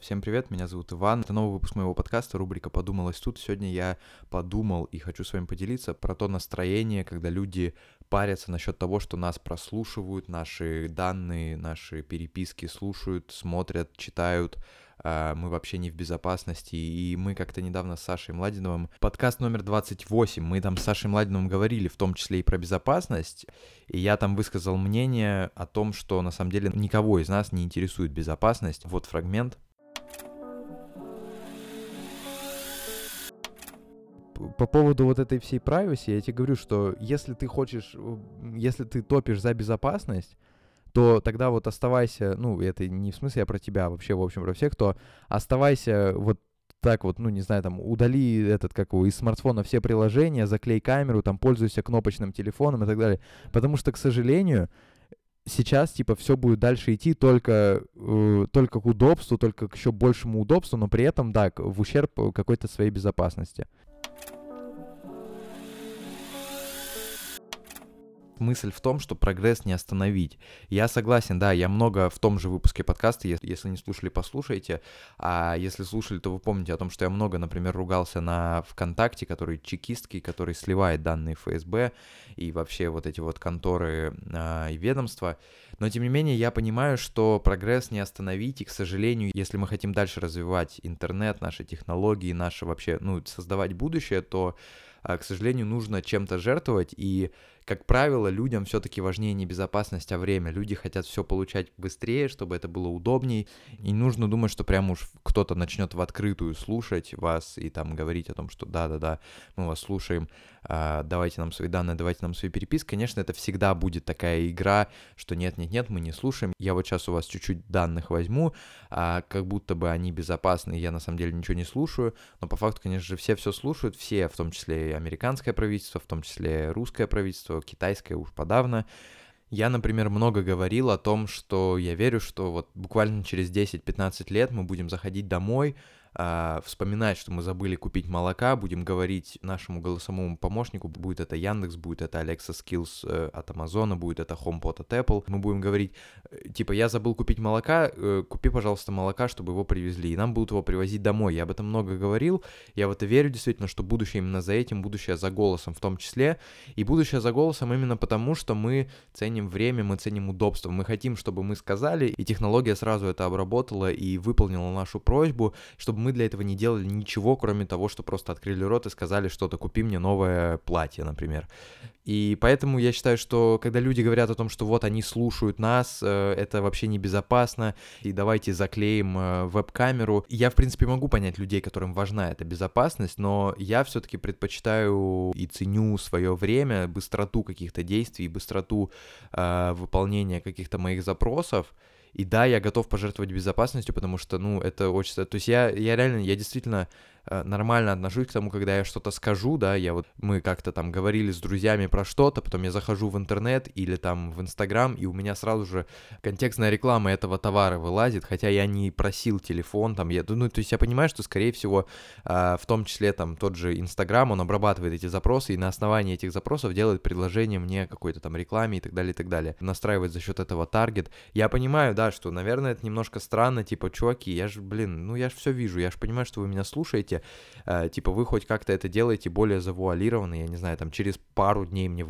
Всем привет, меня зовут Иван. Это новый выпуск моего подкаста, рубрика «Подумалось тут». Сегодня я подумал и хочу с вами поделиться про то настроение, когда люди парятся насчет того, что нас прослушивают, наши данные, наши переписки слушают, смотрят, читают. Мы вообще не в безопасности. И мы как-то недавно с Сашей Младиновым, подкаст номер 28, мы там с Сашей Младиновым говорили в том числе и про безопасность. И я там высказал мнение о том, что на самом деле никого из нас не интересует безопасность. Вот фрагмент. По поводу вот этой всей privacy, я тебе говорю, что если ты хочешь, если ты топишь за безопасность, то тогда вот оставайся, ну, это не в смысле я про тебя, а вообще, в общем, про всех, кто оставайся вот так вот, ну, не знаю, там, удали из смартфона все приложения, заклей камеру, там, пользуйся кнопочным телефоном и так далее. Потому что, к сожалению, сейчас, типа, все будет дальше идти только к удобству, только к еще большему удобству, но при этом, да, в ущерб какой-то своей безопасности. Мысль в том, что прогресс не остановить. Я согласен, да, я много в том же выпуске подкаста, если не слушали, послушайте, а если слушали, то вы помните о том, что я много, например, ругался на ВКонтакте, который чекистский, который сливает данные ФСБ и вообще вот эти вот конторы и ведомства, но тем не менее я понимаю, что прогресс не остановить, и, к сожалению, если мы хотим дальше развивать интернет, наши технологии, наше вообще, ну, создавать будущее, то, к сожалению, нужно чем-то жертвовать, и как правило, людям все-таки важнее не безопасность, а время. Люди хотят все получать быстрее, чтобы это было удобней. И нужно думать, что прям уж кто-то начнет в открытую слушать вас и там говорить о том, что да-да-да, мы вас слушаем, давайте нам свои данные, давайте нам свои переписки. Конечно, это всегда будет такая игра, что нет-нет-нет, мы не слушаем. Я вот сейчас у вас чуть-чуть данных возьму, как будто бы они безопасны, и я на самом деле ничего не слушаю. Но по факту, конечно же, все слушают, все, в том числе и американское правительство, в том числе русское правительство, китайское уж подавно. Я, например, много говорил о том, что я верю, что вот буквально через 10-15 лет мы будем заходить домой, вспоминать, что мы забыли купить молока, будем говорить нашему голосовому помощнику, будет это Яндекс, будет это Alexa Skills от Амазона, будет это HomePod от Apple, мы будем говорить, типа, я забыл купить молока, купи, пожалуйста, молока, чтобы его привезли, и нам будут его привозить домой. Я об этом много говорил, я в это верю действительно, что будущее именно за этим, будущее за голосом в том числе, и будущее за голосом именно потому, что мы ценим время, мы ценим удобство, мы хотим, чтобы мы сказали, и технология сразу это обработала и выполнила нашу просьбу, чтобы мы для этого не делали ничего, кроме того, что просто открыли рот и сказали что-то, купи мне новое платье, например. И поэтому я считаю, что когда люди говорят о том, что вот они слушают нас, это вообще небезопасно, и давайте заклеим веб-камеру, я, в принципе, могу понять людей, которым важна эта безопасность, но я все-таки предпочитаю и ценю свое время, быстроту каких-то действий, быстроту выполнения каких-то моих запросов. И да, я готов пожертвовать безопасностью, потому что, ну, это очень... То есть я реально, я действительно нормально отношусь к тому, когда я что-то скажу, да, мы как-то там говорили с друзьями про что-то, потом я захожу в интернет или там в Инстаграм, и у меня сразу же контекстная реклама этого товара вылазит, хотя я не просил телефон, там, то есть я понимаю, что, скорее всего, в том числе там тот же Инстаграм, он обрабатывает эти запросы, и на основании этих запросов делает предложение мне какой-то там рекламе и так далее, настраивает за счет этого таргет. Я понимаю, да, что, наверное, это немножко странно, типа, чуваки, я же все вижу, я же понимаю, что вы меня слушаете, типа, вы хоть как-то это делаете более завуалированно, я не знаю, там, через пару дней мне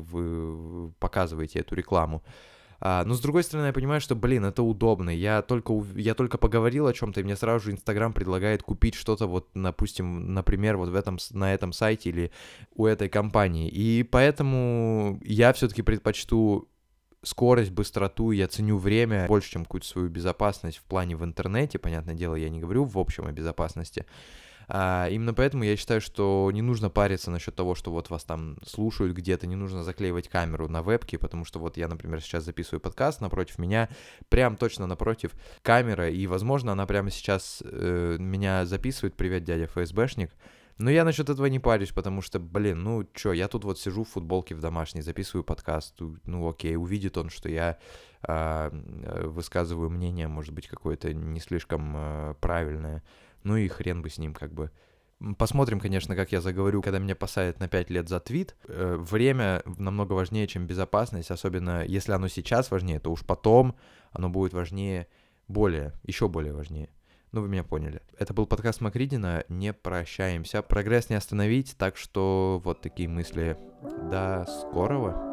вы показываете эту рекламу. Но, с другой стороны, я понимаю, что, это удобно. Я только поговорил о чем-то, и мне сразу же Инстаграм предлагает купить что-то, вот, допустим, например, вот на этом сайте или у этой компании. И поэтому я все-таки предпочту скорость, быстроту, я ценю время больше, чем какую-то свою безопасность в плане в интернете. Понятное дело, я не говорю в общем о безопасности. Именно поэтому я считаю, что не нужно париться насчет того, что вот вас там слушают где-то, не нужно заклеивать камеру на вебке, потому что вот я, например, сейчас записываю подкаст, напротив меня, прям точно напротив камера, и, возможно, она прямо сейчас меня записывает, привет, дядя ФСБшник, но я насчет этого не парюсь, потому что, я тут вот сижу в футболке в домашней, записываю подкаст, окей, увидит он, что я высказываю мнение, может быть, какое-то не слишком правильное, ну и хрен бы с ним, как бы. Посмотрим, конечно, как я заговорю, когда меня посадят на 5 лет за твит. Время намного важнее, чем безопасность, особенно если оно сейчас важнее, то уж потом оно будет важнее, еще более важнее. Ну, вы меня поняли. Это был подкаст Макридина. Не прощаемся. Прогресс не остановить, так что вот такие мысли. До скорого.